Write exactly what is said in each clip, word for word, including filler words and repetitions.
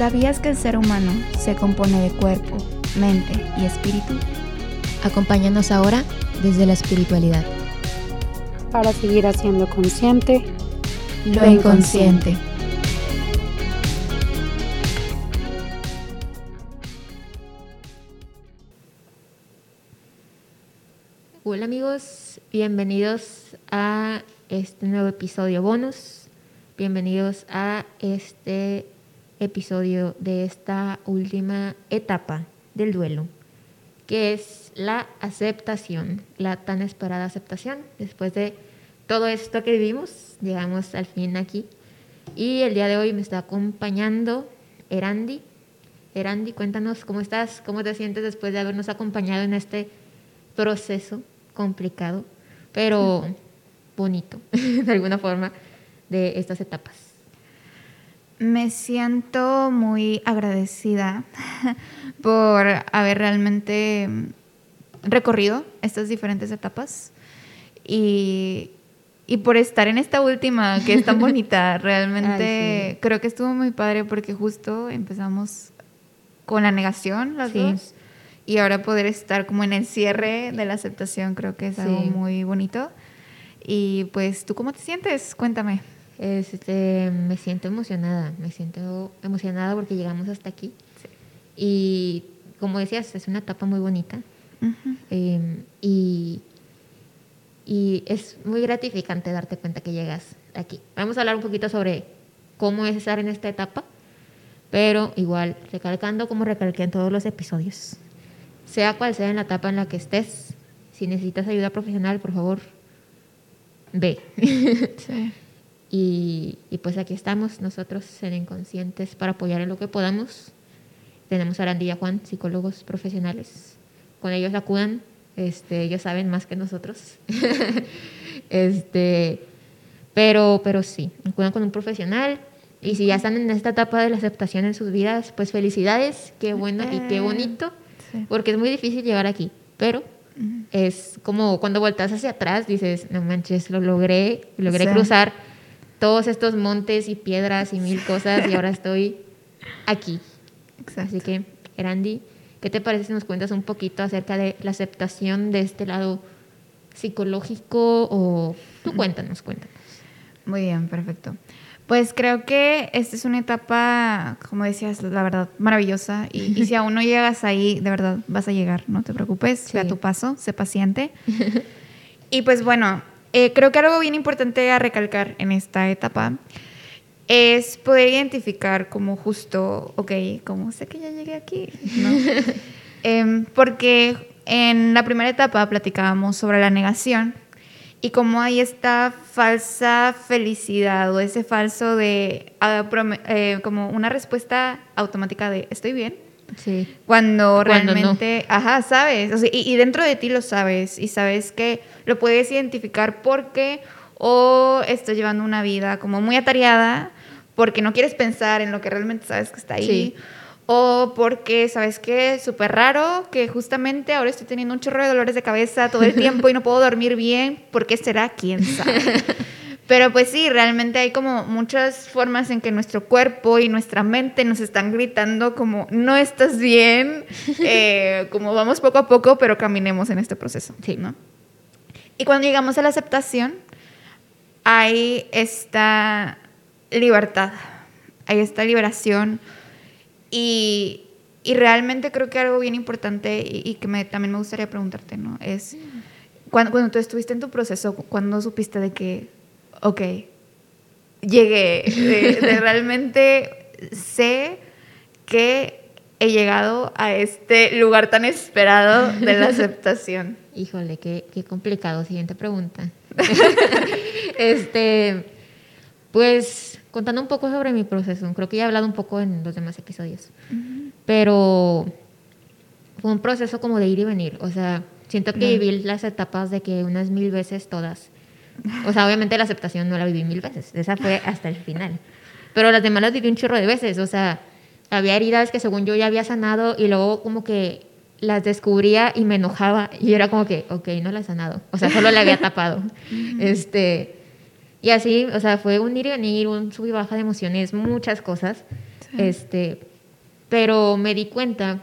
¿Sabías que el ser humano se compone de cuerpo, mente y espíritu? Acompáñanos ahora desde la espiritualidad. Para seguir haciendo consciente lo inconsciente. Hola amigos, bienvenidos a este nuevo episodio bonus. Bienvenidos a este episodio de esta última etapa del duelo, que es la aceptación, la tan esperada aceptación. Después de todo esto que vivimos, llegamos al fin aquí. Y el día de hoy me está acompañando Erandi. Erandi, cuéntanos cómo estás, cómo te sientes después de habernos acompañado en este proceso complicado, pero bonito, de alguna forma, de estas etapas. Me siento muy agradecida por haber realmente recorrido estas diferentes etapas y, y por estar en esta última que es tan bonita. Realmente Ay, sí. Creo que estuvo muy padre porque justo empezamos con la negación las sí. dos y ahora poder estar como en el cierre de la aceptación creo que es sí. algo muy bonito. Y pues, ¿tú cómo te sientes? Cuéntame. Este, me siento emocionada, me siento emocionada porque llegamos hasta aquí. Sí. Y como decías, es una etapa muy bonita. Uh-huh. eh, y, y es muy gratificante darte cuenta que llegas aquí. Vamos a hablar un poquito sobre cómo es estar en esta etapa, pero igual, recalcando como recalqué en todos los episodios, sea cual sea en la etapa en la que estés, si necesitas ayuda profesional, por favor, ve. Sí. Y, y pues aquí estamos nosotros en Inconscientes para apoyar en lo que podamos. Tenemos a Arandi y a Juan, psicólogos profesionales. Con ellos acudan, este, ellos saben más que nosotros. este, pero, pero sí, acudan con un profesional. Y si ya están en esta etapa de la aceptación en sus vidas, pues felicidades, qué bueno y qué bonito. Sí. Porque es muy difícil llegar aquí, pero uh-huh. es como cuando volteas hacia atrás, dices, no manches, lo logré, logré sí. cruzar todos estos montes y piedras y mil cosas y ahora estoy aquí. Exacto. Así que, Erandi, ¿qué te parece si nos cuentas un poquito acerca de la aceptación de este lado psicológico? O tú cuéntanos, cuéntanos. Muy bien, perfecto. Pues creo que esta es una etapa, como decías, la verdad, maravillosa. Y, y si aún no llegas ahí, de verdad, vas a llegar, no te preocupes. Sí. Ve a tu paso, sé paciente. Y pues bueno, eh, creo que algo bien importante a recalcar en esta etapa es poder identificar como justo, ok, ¿cómo sé que ya llegué aquí? ¿No? eh, porque en la primera etapa platicábamos sobre la negación y cómo hay esta falsa felicidad o ese falso de uh, prom- eh, como una respuesta automática de estoy bien. Sí. Cuando, Cuando realmente, no. ajá, sabes, o sea, y, y dentro de ti lo sabes y sabes que lo puedes identificar porque o estás llevando una vida como muy atareada porque no quieres pensar en lo que realmente sabes que está ahí. Sí. O porque, ¿sabes qué? Súper raro que justamente ahora estoy teniendo un chorro de dolores de cabeza todo el tiempo y no puedo dormir bien. ¿Por qué será? ¿Quién sabe? Pero pues sí, realmente hay como muchas formas en que nuestro cuerpo y nuestra mente nos están gritando como no estás bien, eh, como vamos poco a poco, pero caminemos en este proceso. Sí, ¿no? Y cuando llegamos a la aceptación, hay esta libertad, hay esta liberación. Y, y realmente creo que algo bien importante y, y que me, también me gustaría preguntarte, ¿no? Es cuando, cuando tú estuviste en tu proceso, cuando supiste de que, ok, llegué, de, de realmente sé que he llegado a este lugar tan esperado de la aceptación. Híjole, qué, qué complicado. Siguiente pregunta. este, pues... Contando un poco sobre mi proceso, creo que ya he hablado un poco en los demás episodios, uh-huh. pero fue un proceso como de ir y venir, o sea, siento que uh-huh. viví las etapas de que unas mil veces todas, o sea, obviamente la aceptación no la viví mil veces, esa fue hasta el final, pero las demás las viví un chorro de veces, o sea, había heridas que según yo ya había sanado y luego como que las descubría y me enojaba y era como que, ok, no la he sanado, o sea, solo la había tapado, uh-huh. este... Y así, o sea, fue un ir y venir, un sub y baja de emociones, muchas cosas. Sí. Este, pero me di cuenta,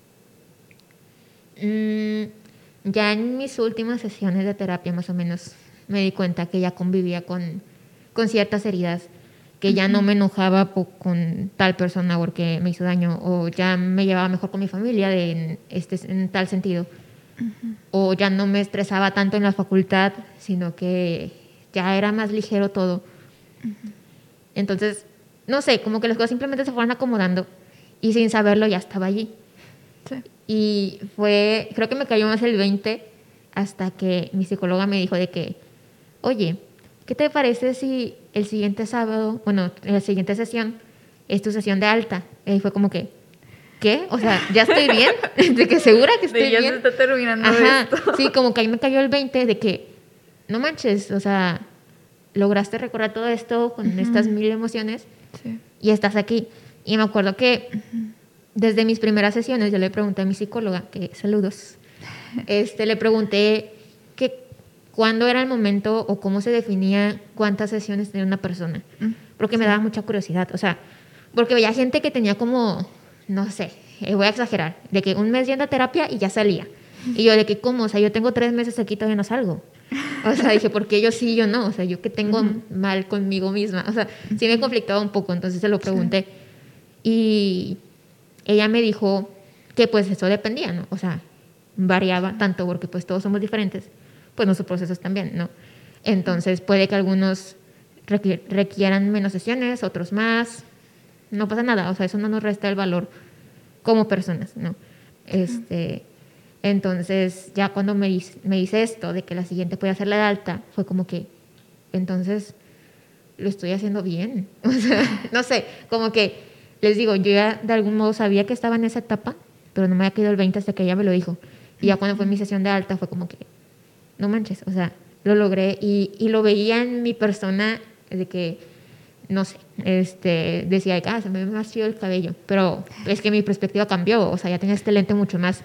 mmm, ya en mis últimas sesiones de terapia más o menos, me di cuenta que ya convivía con, con ciertas heridas, que ya uh-huh. no me enojaba po- con tal persona porque me hizo daño, o ya me llevaba mejor con mi familia de, en, este, en tal sentido, uh-huh. o ya no me estresaba tanto en la facultad, sino que ya era más ligero todo. Uh-huh. Entonces, no sé, como que las cosas simplemente se fueron acomodando y sin saberlo ya estaba allí. Sí. Y fue, creo que me cayó más el veinte hasta que mi psicóloga me dijo de que, oye, ¿qué te parece si el siguiente sábado, bueno, en la siguiente sesión es tu sesión de alta? Y fue como que, ¿qué? O sea, ¿ya estoy bien? ¿De que segura que estoy de ya bien? Ya se está terminando Ajá, esto. Sí, como que ahí me cayó el veinte de que, no manches, o sea, lograste recorrer todo esto con uh-huh. estas mil emociones sí. y estás aquí. Y me acuerdo que uh-huh. desde mis primeras sesiones yo le pregunté a mi psicóloga, que saludos, este, le pregunté que cuándo era el momento o cómo se definía cuántas sesiones tenía una persona, porque sí. me daba mucha curiosidad, o sea, porque veía gente que tenía como, no sé, eh, voy a exagerar, de que un mes yendo a terapia y ya salía, y yo de que, ¿cómo? O sea, yo tengo tres meses aquí y todavía no salgo. O sea, dije, ¿por qué yo sí y yo no? O sea, yo que tengo uh-huh. mal conmigo misma. O sea, sí me conflictaba un poco, entonces se lo pregunté. Sí. Y ella me dijo que pues eso dependía, ¿no? O sea, variaba tanto porque pues todos somos diferentes, pues nuestros procesos también, ¿no? Entonces puede que algunos requier- requieran menos sesiones, otros más. No pasa nada, o sea, eso no nos resta el valor como personas, ¿no? Este... Entonces, ya cuando me hice, me hice esto de que la siguiente podía ser la de alta, fue como que, entonces, lo estoy haciendo bien. O sea, no sé, como que, les digo, yo ya de algún modo sabía que estaba en esa etapa, pero no me había caído el veinte hasta que ella me lo dijo. Y ya cuando fue mi sesión de alta, fue como que, no manches, o sea, lo logré. Y, y lo veía en mi persona, de que, no sé, este, decía, ah, se me ve más chido el cabello. Pero es que mi perspectiva cambió, o sea, ya tenía este lente mucho más,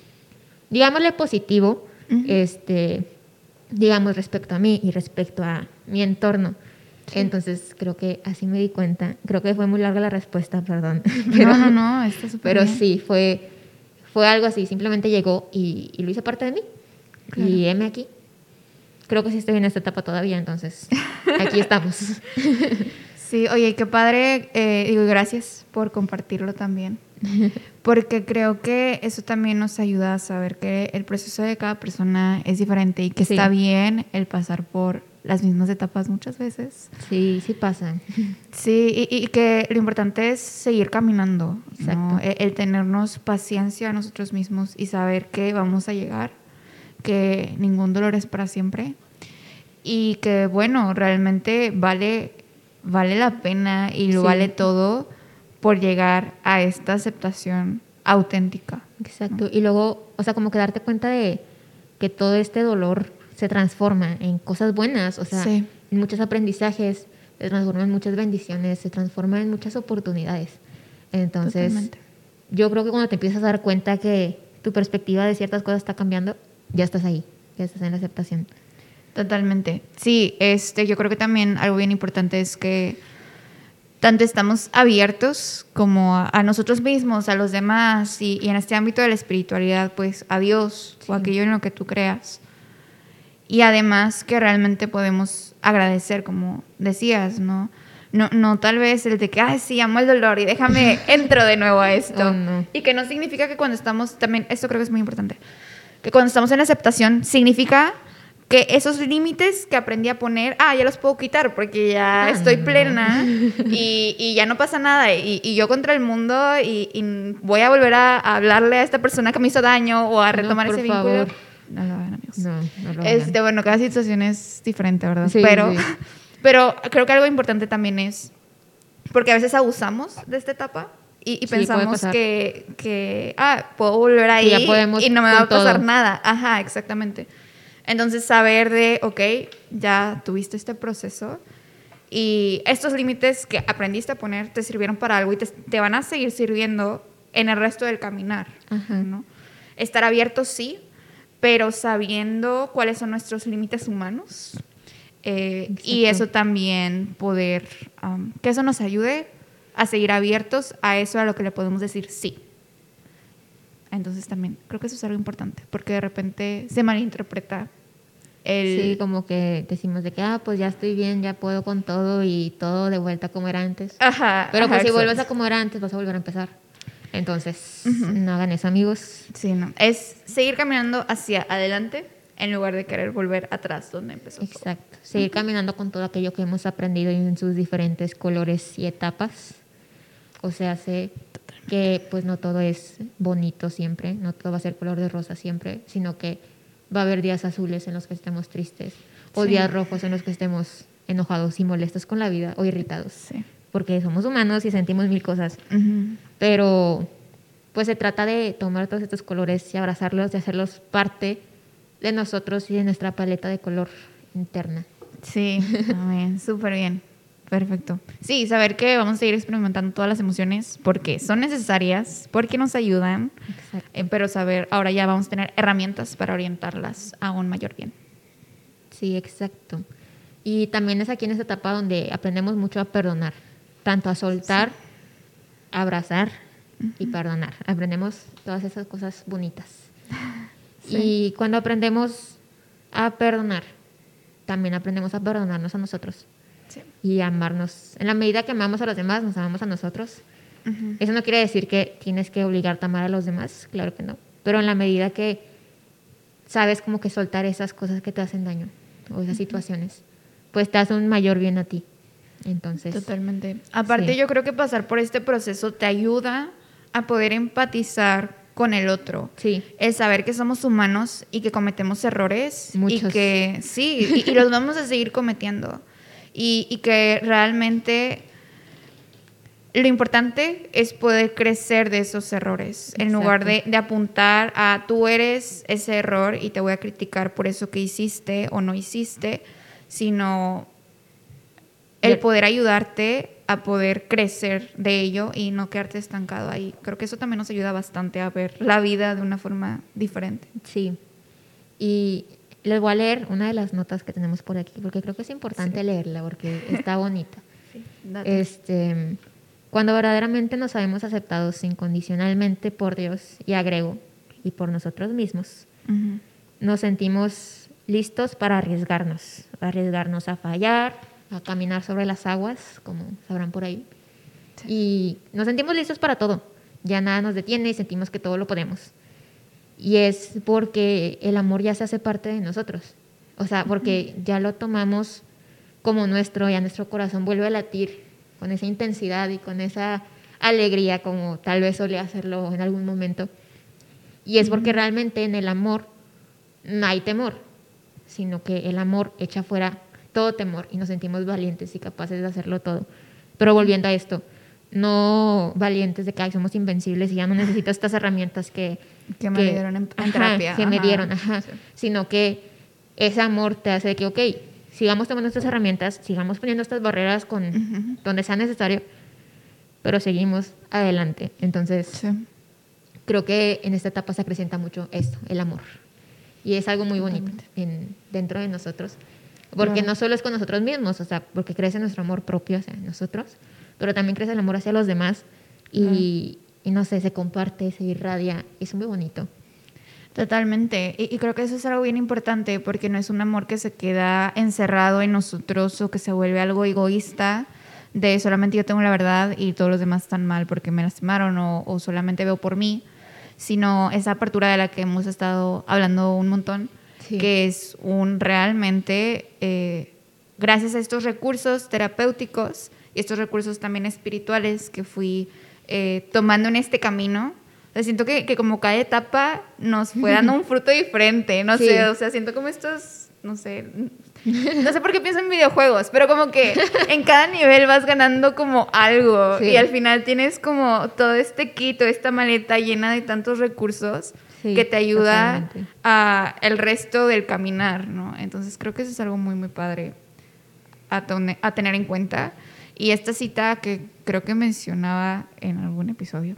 digámosle positivo, uh-huh. este, digamos, respecto a mí y respecto a mi entorno. Sí. Entonces, creo que así me di cuenta. Creo que fue muy larga la respuesta, perdón. Pero, no, no, no, está súper Pero bien. sí, fue, fue algo así. Simplemente llegó y, y lo hice parte de mí. Claro. Y heme aquí. Creo que sí estoy en esta etapa todavía, entonces aquí estamos. Sí, oye, qué padre. Eh, digo, gracias por compartirlo también. Porque creo que eso también nos ayuda a saber que el proceso de cada persona es diferente y que sí. está bien el pasar por las mismas etapas muchas veces. Sí, sí pasan. Sí, y, y que lo importante es seguir caminando, ¿no? el, el tenernos paciencia a nosotros mismos y saber que vamos a llegar, que ningún dolor es para siempre y que, bueno, realmente vale, vale la pena y lo sí. vale todo por llegar a esta aceptación auténtica. Exacto. ¿No? Y luego, o sea, como que darte cuenta de que todo este dolor se transforma en cosas buenas, o sea, sí. en muchos aprendizajes, se transforma en muchas bendiciones, se transforma en muchas oportunidades. Entonces, totalmente. Yo creo que cuando te empiezas a dar cuenta que tu perspectiva de ciertas cosas está cambiando, ya estás ahí, ya estás en la aceptación. Totalmente. Sí, este, yo creo que también algo bien importante es que tanto estamos abiertos como a, a nosotros mismos, a los demás y, y en este ámbito de la espiritualidad, pues a Dios sí. o aquello en lo que tú creas. Y además que realmente podemos agradecer, como decías, ¿no? No, no tal vez el de que, ay, sí, amo el dolor y déjame, entro de nuevo a esto. Oh, no. Y que no significa que cuando estamos, también, esto creo que es muy importante, que cuando estamos en aceptación significa que esos límites que aprendí a poner, ah, ya los puedo quitar porque ya ah, estoy plena no. y, y ya no pasa nada y, y yo contra el mundo y, y voy a volver a, a hablarle a esta persona que me hizo daño o a retomar no, ese favor. vínculo. No lo hagan, amigos. No, no lo este, hagan. Bueno, cada situación es diferente, ¿verdad? Sí, pero, sí. pero creo que algo importante también es, porque a veces abusamos de esta etapa y, y sí, pensamos que, que, ah, puedo volver ahí y no me va a pasar todo. nada. Ajá, exactamente. Entonces, saber de, ok, ya tuviste este proceso y estos límites que aprendiste a poner te sirvieron para algo y te, te van a seguir sirviendo en el resto del caminar, Ajá. ¿no? Estar abiertos, sí, pero sabiendo cuáles son nuestros límites humanos eh, y eso también poder, um, que eso nos ayude a seguir abiertos a eso, a lo que le podemos decir sí. Entonces también creo que eso es algo importante, porque de repente se malinterpreta el... Sí, como que decimos de que, ah, pues ya estoy bien, ya puedo con todo y todo de vuelta como era antes. Ajá. Pero ajá, pues si exacto. vuelves a como era antes, vas a volver a empezar. Entonces, Ujú. no hagan eso, amigos. Sí, no. Es seguir caminando hacia adelante en lugar de querer volver atrás donde empezó todo. Exacto. Seguir caminando con todo aquello que hemos aprendido en sus diferentes colores y etapas. O sea, sé que pues no todo es bonito siempre, no todo va a ser color de rosa siempre, sino que va a haber días azules en los que estemos tristes o Sí. días rojos en los que estemos enojados y molestos con la vida o irritados. Sí. Porque somos humanos y sentimos mil cosas. Ujú. Pero pues se trata de tomar todos estos colores y abrazarlos, de hacerlos parte de nosotros y de nuestra paleta de color interna. Sí, amén. Súper bien. Perfecto. Sí, saber que vamos a seguir experimentando todas las emociones porque son necesarias, porque nos ayudan, Exacto. eh, pero saber, ahora ya vamos a tener herramientas para orientarlas a un mayor bien. Sí, exacto. Y también es aquí en esta etapa donde aprendemos mucho a perdonar, tanto a soltar, a abrazar y perdonar. Aprendemos todas esas cosas bonitas. Sí. Y cuando aprendemos a perdonar, también aprendemos a perdonarnos a nosotros Sí. y a amarnos. En la medida que amamos a los demás, nos amamos a nosotros. Ujú. Eso no quiere decir que tienes que obligarte a amar a los demás, claro que no. Pero en la medida que sabes como que soltar esas cosas que te hacen daño o esas situaciones, pues te hace un mayor bien a ti. Entonces, Totalmente. Aparte, sí. yo creo que pasar por este proceso te ayuda a poder empatizar con el otro. sí, El saber que somos humanos y que cometemos errores. Muchos. Y que sí, y, y los vamos a seguir cometiendo. Y, y que realmente lo importante es poder crecer de esos errores. En Exacto. lugar de, de apuntar a tú eres ese error y te voy a criticar por eso que hiciste o no hiciste, sino el Ya- poder ayudarte a poder crecer de ello y no quedarte estancado ahí. Creo que eso también nos ayuda bastante a ver la vida de una forma diferente. sí. Y les voy a leer una de las notas que tenemos por aquí, porque creo que es importante Sí. leerla, porque está bonita. Sí, Este, cuando verdaderamente nos sabemos aceptados incondicionalmente por Dios, y agrego, y por nosotros mismos, nos sentimos listos para arriesgarnos, arriesgarnos a fallar, a caminar sobre las aguas, como sabrán por ahí. Sí. Y nos sentimos listos para todo. Ya nada nos detiene y sentimos que todo lo podemos. Y es porque el amor ya se hace parte de nosotros. O sea, porque ya lo tomamos como nuestro, ya nuestro corazón vuelve a latir con esa intensidad y con esa alegría como tal vez solía hacerlo en algún momento. Y es porque realmente en el amor no hay temor, sino que el amor echa fuera todo temor y nos sentimos valientes y capaces de hacerlo todo. Pero volviendo a esto, no valientes de que ay, somos invencibles y ya no necesito estas herramientas que, Que me dieron en- en ajá, terapia, que me ajá. dieron, ajá, Sí. sino que ese amor te hace que, ok, sigamos tomando estas herramientas, sigamos poniendo estas barreras con Ujú. donde sea necesario, pero seguimos adelante. Entonces, Sí. creo que en esta etapa se acrecienta mucho esto, el amor. Y es algo muy bonito Totalmente. en, dentro de nosotros. Porque Claro. no solo es con nosotros mismos, o sea, porque crece nuestro amor propio hacia nosotros, pero también crece el amor hacia los demás y, y no sé, se comparte, se irradia, es muy bonito. Totalmente. Y, y creo que eso es algo bien importante porque no es un amor que se queda encerrado en nosotros o que se vuelve algo egoísta de solamente yo tengo la verdad y todos los demás están mal porque me lastimaron o, o solamente veo por mí, sino esa apertura de la que hemos estado hablando un montón, Sí. que es un realmente, eh, gracias a estos recursos terapéuticos y estos recursos también espirituales que fui eh, tomando en este camino, o sea, siento que, que como cada etapa nos fue dando un fruto diferente, no Sí. sé, o sea, siento como estos, no sé, no sé por qué pienso en videojuegos, pero como que en cada nivel vas ganando como algo Sí. y al final tienes como todo este kit o esta maleta llena de tantos recursos Sí, que te ayuda totalmente. a el resto del caminar, ¿no? Entonces creo que eso es algo muy, muy padre a, tone- a tener en cuenta. Y esta cita que creo que mencionaba en algún episodio,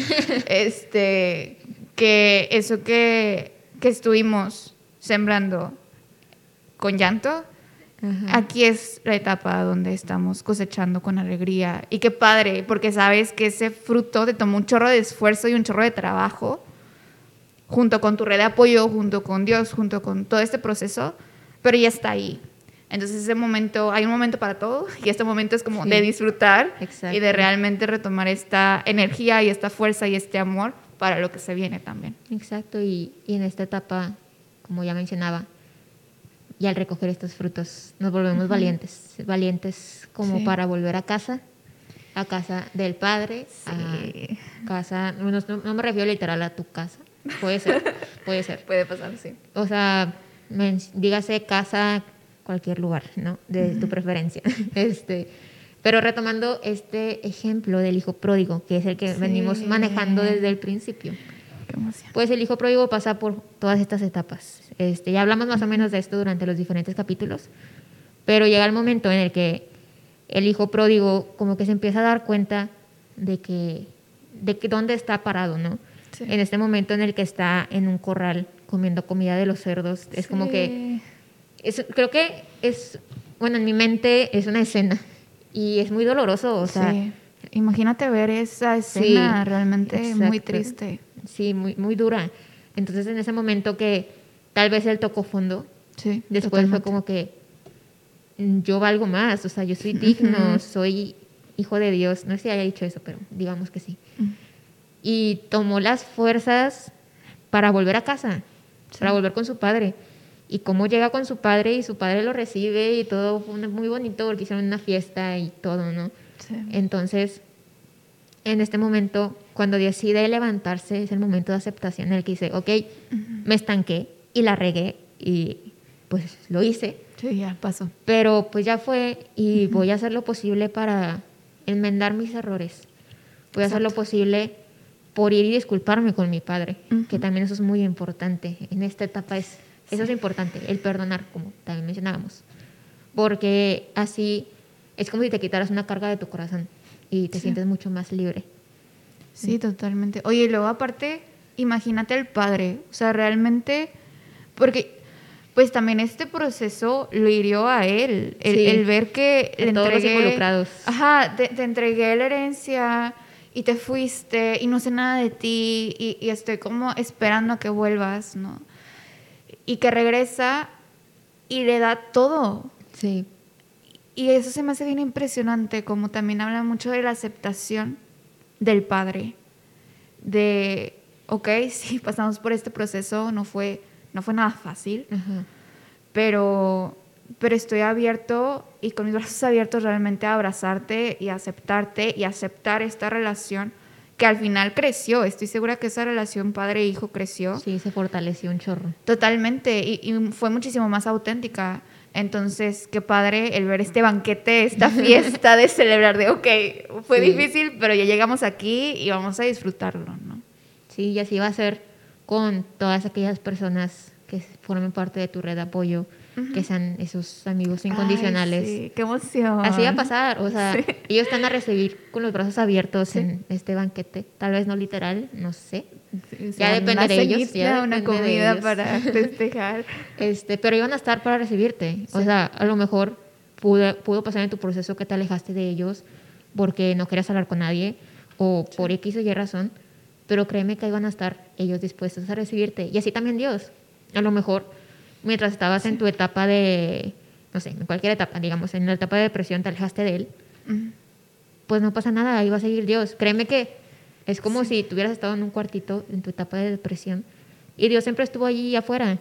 este, que eso que, que estuvimos sembrando con llanto, Ajá. Aquí es la etapa donde estamos cosechando con alegría. Y qué padre, porque sabes que ese fruto te tomó un chorro de esfuerzo y un chorro de trabajo, junto con tu red de apoyo, junto con Dios, junto con todo este proceso, pero ya está ahí. Entonces ese momento, hay un momento para todo, y este momento es como sí. de disfrutar. Exacto. Y de realmente retomar esta energía y esta fuerza y este amor para lo que se viene también. Exacto, y, y en esta etapa, como ya mencionaba, y al recoger estos frutos nos volvemos uh-huh. valientes, valientes como sí. para volver a casa, a casa del Padre, sí. a casa, no, no, no me refiero literal a tu casa, puede ser, puede ser. Puede pasar, sí. O sea, men, dígase casa, cualquier lugar, ¿no? De uh-huh. tu preferencia. este, pero retomando este ejemplo del hijo pródigo, que es el que sí. venimos manejando desde el principio. Pues el hijo pródigo pasa por todas estas etapas. Este, ya hablamos más o menos de esto durante los diferentes capítulos, pero llega el momento en el que el hijo pródigo como que se empieza a dar cuenta de que, de que dónde está parado, ¿no? Sí. En este momento en el que está en un corral comiendo comida de los cerdos, es sí. como que es, creo que es, bueno, en mi mente es una escena y es muy doloroso, o sea, sí. imagínate ver esa escena, sí, realmente exacto. muy triste. Sí, muy, muy dura. Entonces, en ese momento que tal vez él tocó fondo, sí, después totalmente. fue como que yo valgo más, o sea, yo soy digno, uh-huh. soy hijo de Dios. No sé si haya dicho eso, pero digamos que sí. Uh-huh. Y tomó las fuerzas para volver a casa, sí. para volver con su padre. Y cómo llega con su padre y su padre lo recibe y todo fue muy bonito porque hicieron una fiesta y todo, ¿no? Sí. Entonces, en este momento, cuando decide levantarse, es el momento de aceptación en el que dice, ok, uh-huh. me estanqué y la regué y pues lo hice. Sí, ya pasó. Pero pues ya fue y uh-huh. voy a hacer lo posible para enmendar mis errores. Voy a Exacto. hacer lo posible por ir y disculparme con mi padre, uh-huh. que también eso es muy importante. En esta etapa es, sí. eso es importante, el perdonar, como también mencionábamos. Porque así es como si te quitaras una carga de tu corazón y te sí. sientes mucho más libre. Sí, ¿sí? Totalmente. Oye, y luego aparte, imagínate al padre, o sea, realmente, porque pues también este proceso lo hirió a él, el, sí. el ver que a le todos entregué, los involucrados. Ajá, te, te entregué la herencia y te fuiste y no sé nada de ti y, y estoy como esperando a que vuelvas, ¿no? Y que regresa y le da todo. Sí. Y eso se me hace bien impresionante, como también habla mucho de la aceptación del padre, de, ok, sí, pasamos por este proceso, no fue, no fue nada fácil, uh-huh. pero, pero estoy abierto y con mis brazos abiertos realmente a abrazarte y aceptarte y aceptar esta relación que al final creció. Estoy segura que esa relación padre-hijo creció. Sí, se fortaleció un chorro. Totalmente, y, y fue muchísimo más auténtica. Entonces, qué padre el ver este banquete, esta fiesta de celebrar, de ok, fue sí. difícil, pero ya llegamos aquí y vamos a disfrutarlo, ¿no? Sí, y así va a ser con todas aquellas personas que formen parte de tu red de apoyo, uh-huh. que sean esos amigos incondicionales. Ay, sí, qué emoción. Así va a pasar, o sea, sí. ellos están a recibir con los brazos abiertos sí. en este banquete, tal vez no literal, no sé. Sí, ya depende de ellos. Ya una depende comida de ellos. para festejar. Este, pero iban a estar para recibirte. Sí. O sea, a lo mejor pudo, pudo pasar en tu proceso que te alejaste de ellos porque no querías hablar con nadie o sí. por X o Y razón, pero créeme que iban a estar ellos dispuestos a recibirte. Y así también Dios. A lo mejor mientras estabas sí. en tu etapa de, no sé, en cualquier etapa, digamos, en la etapa de depresión te alejaste de Él, uh-huh. pues no pasa nada, ahí va a seguir Dios. Créeme que es como sí. si tú hubieras estado en un cuartito en tu etapa de depresión y Dios siempre estuvo allí afuera,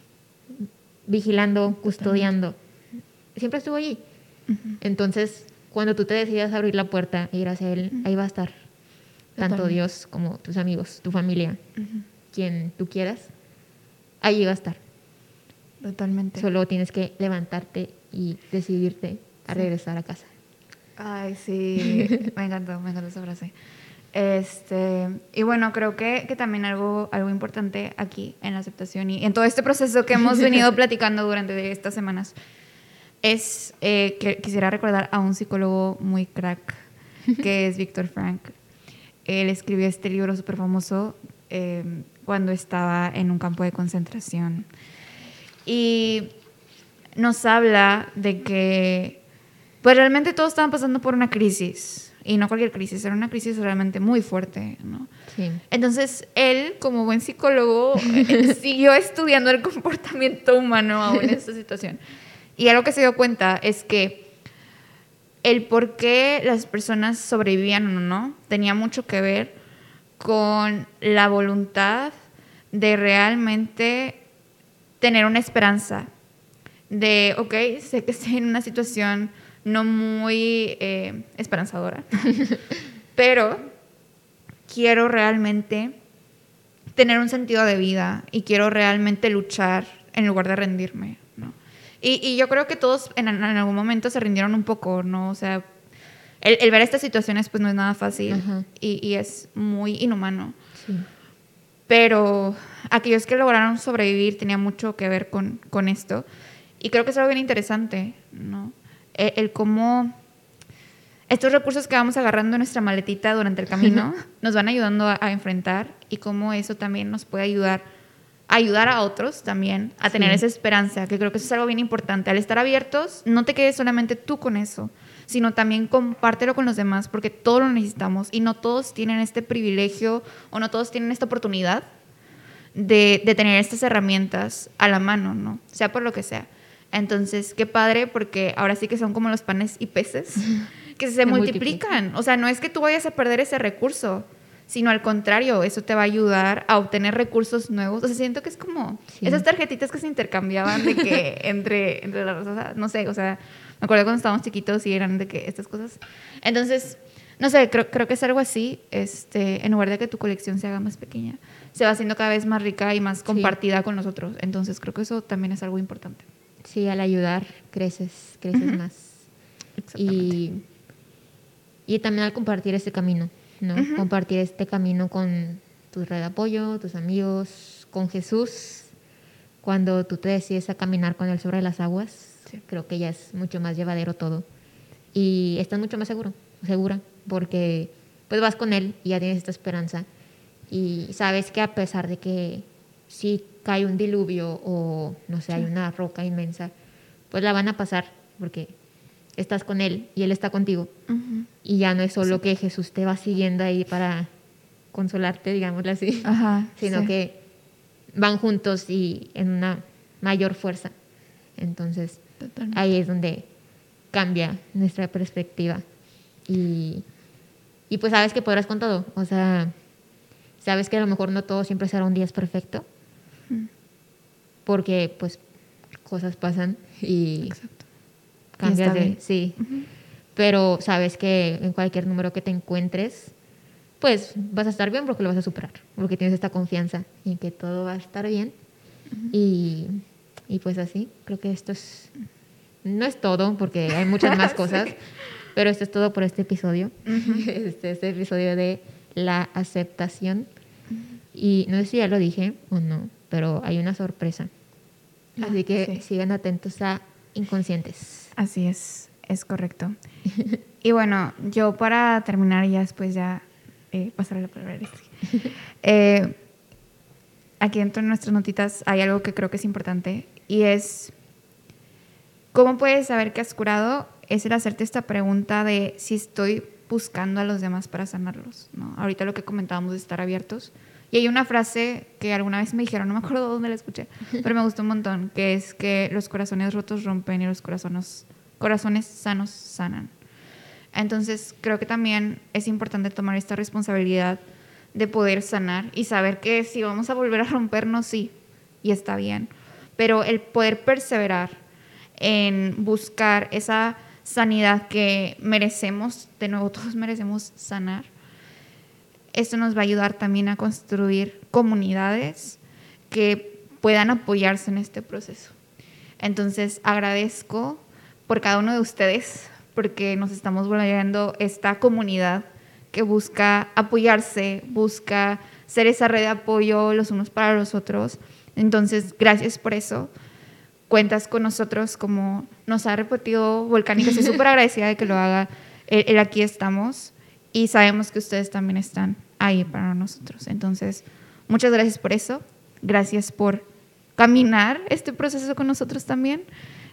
vigilando, custodiando. Siempre estuvo allí. Uh-huh. Entonces, cuando tú te decidas abrir la puerta e ir hacia Él, uh-huh. ahí va a estar. Tanto Totalmente. Dios como tus amigos, tu familia, uh-huh. quien tú quieras, ahí va a estar. Totalmente. Solo tienes que levantarte y decidirte a sí. regresar a casa. Ay, sí. me encantó, me encantó esa frase. Este, y bueno, creo que, que también algo, algo importante aquí en la aceptación y en todo este proceso que hemos venido platicando durante estas semanas es eh, que quisiera recordar a un psicólogo muy crack que es Viktor Frankl. Él escribió este libro súper famoso eh, cuando estaba en un campo de concentración. Y nos habla de que pues realmente todos estaban pasando por una crisis, y no cualquier crisis, era una crisis realmente muy fuerte, ¿no? Sí. Entonces, él, como buen psicólogo, eh, siguió estudiando el comportamiento humano aún en esta situación. Y algo que se dio cuenta es que el por qué las personas sobrevivían o no tenía mucho que ver con la voluntad de realmente tener una esperanza. De, ok, sé que estoy en una situación no muy eh, esperanzadora, pero quiero realmente tener un sentido de vida y quiero realmente luchar en lugar de rendirme, ¿no? Y, y yo creo que todos en, en algún momento se rindieron un poco, ¿no? O sea, el, el ver estas situaciones pues no es nada fácil y, y es muy inhumano. Sí. Pero aquellos que lograron sobrevivir tenía mucho que ver con, con esto. Y creo que es algo bien interesante, ¿no? El, el cómo estos recursos que vamos agarrando en nuestra maletita durante el camino nos van ayudando a, a enfrentar, y cómo eso también nos puede ayudar a ayudar a otros también a tener sí. esa esperanza, que creo que eso es algo bien importante. Al estar abiertos, no te quedes solamente tú con eso, sino también compártelo con los demás, porque todos lo necesitamos y no todos tienen este privilegio o no todos tienen esta oportunidad de, de tener estas herramientas a la mano, ¿no? Sea por lo que sea. Entonces, qué padre, porque ahora sí que son como los panes y peces que se, se multiplican. multiplican. O sea, no es que tú vayas a perder ese recurso, sino al contrario, eso te va a ayudar a obtener recursos nuevos. O sea, siento que es como sí. esas tarjetitas que se intercambiaban de que entre, entre las rosas, no sé, o sea, me acuerdo cuando estábamos chiquitos y eran de que estas cosas. Entonces, no sé, creo, creo que es algo así, este, en lugar de que tu colección se haga más pequeña, se va haciendo cada vez más rica y más compartida sí. con nosotros. Entonces, creo que eso también es algo importante. Sí, al ayudar creces, creces uh-huh. más. Y, y también al compartir este camino, ¿no? Uh-huh. Compartir este camino con tu red de apoyo, tus amigos, con Jesús. Cuando tú te decides a caminar con Él sobre las aguas, sí. creo que ya es mucho más llevadero todo. Y estás mucho más seguro, segura, porque pues vas con Él y ya tienes esta esperanza. Y sabes que a pesar de que si cae un diluvio o, no sé, sí. hay una roca inmensa, pues la van a pasar porque estás con Él y Él está contigo. Uh-huh. Y ya no es solo sí. que Jesús te va siguiendo ahí para consolarte, digámoslo así, Ajá, sino sí. que van juntos y en una mayor fuerza. Entonces, Totalmente. Ahí es donde cambia nuestra perspectiva. Y, y pues sabes que podrás con todo. O sea, sabes que a lo mejor no todo siempre será un día perfecto, porque pues cosas pasan y Exacto. cambias y de sí uh-huh. pero sabes que en cualquier número que te encuentres pues vas a estar bien porque lo vas a superar, porque tienes esta confianza en que todo va a estar bien uh-huh. y, y pues así creo que esto es no es todo porque hay muchas más cosas sí. pero esto es todo por este episodio uh-huh. este, este episodio de la aceptación uh-huh. y no sé si ya lo dije o no, pero hay una sorpresa. Así que sí. sigan atentos a Inconscientes. Así es, es correcto. Y bueno, yo para terminar ya después ya eh, pasar a la palabra. Eh, aquí dentro de nuestras notitas hay algo que creo que es importante y es ¿cómo puedes saber que has curado? Es el hacerte esta pregunta de si estoy buscando a los demás para sanarlos, ¿no? Ahorita lo que comentábamos de estar abiertos. Y hay una frase que alguna vez me dijeron, no me acuerdo dónde la escuché, pero me gustó un montón, que es que los corazones rotos rompen y los corazones, corazones sanos sanan. Entonces, creo que también es importante tomar esta responsabilidad de poder sanar y saber que si vamos a volver a rompernos, sí, y está bien. Pero el poder perseverar en buscar esa sanidad que merecemos, de nuevo, todos merecemos sanar. Esto nos va a ayudar también a construir comunidades que puedan apoyarse en este proceso. Entonces, agradezco por cada uno de ustedes, porque nos estamos volviendo esta comunidad que busca apoyarse, busca ser esa red de apoyo los unos para los otros. Entonces, gracias por eso. Cuentas con nosotros, como nos ha repetido Volcánica. Estoy súper agradecida de que lo haga. El, el aquí estamos y sabemos que ustedes también están ahí para nosotros. Entonces, muchas gracias por eso. Gracias por caminar este proceso con nosotros también.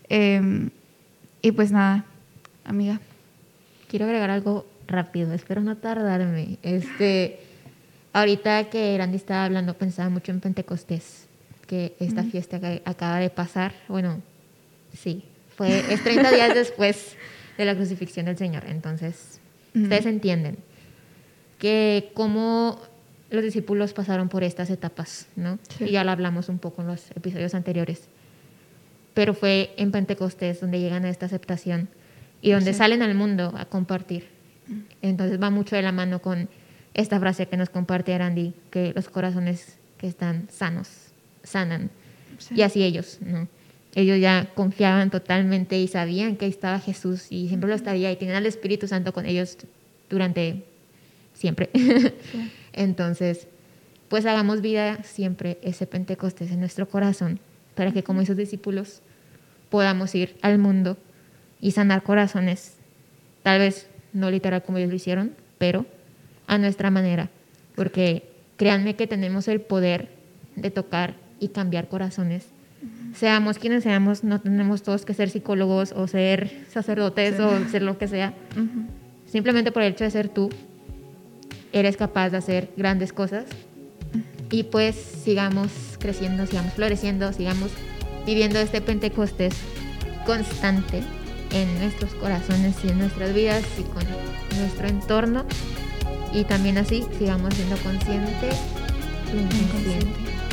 Eh, y pues nada, amiga. Quiero agregar algo rápido, espero no tardarme. Este, ahorita que Randy estaba hablando, pensaba mucho en Pentecostés, que esta mm. fiesta que acaba de pasar, bueno, sí, fue, es treinta días después de la crucifixión del Señor. Entonces, mm. ustedes entienden que cómo los discípulos pasaron por estas etapas, ¿no? Sí. Y ya lo hablamos un poco en los episodios anteriores. Pero fue en Pentecostés donde llegan a esta aceptación y donde sí. salen al mundo a compartir. Entonces va mucho de la mano con esta frase que nos comparte Randy, que los corazones que están sanos sanan. Sí. Y así ellos, ¿no? Ellos ya confiaban totalmente y sabían que ahí estaba Jesús y siempre lo estaría y tenían al Espíritu Santo con ellos durante siempre. Sí. Entonces, pues hagamos vida siempre ese Pentecostés en nuestro corazón para que como esos discípulos podamos ir al mundo y sanar corazones, tal vez no literal como ellos lo hicieron, pero a nuestra manera, porque créanme que tenemos el poder de tocar y cambiar corazones. Uh-huh. Seamos quienes seamos, no tenemos todos que ser psicólogos o ser sacerdotes sí. o ser lo que sea. Uh-huh. Simplemente por el hecho de ser tú, eres capaz de hacer grandes cosas. Uh-huh. Y pues sigamos creciendo, sigamos floreciendo, sigamos viviendo este Pentecostés constante en nuestros corazones y en nuestras vidas y con nuestro entorno, y también así sigamos siendo conscientes e inconscientes.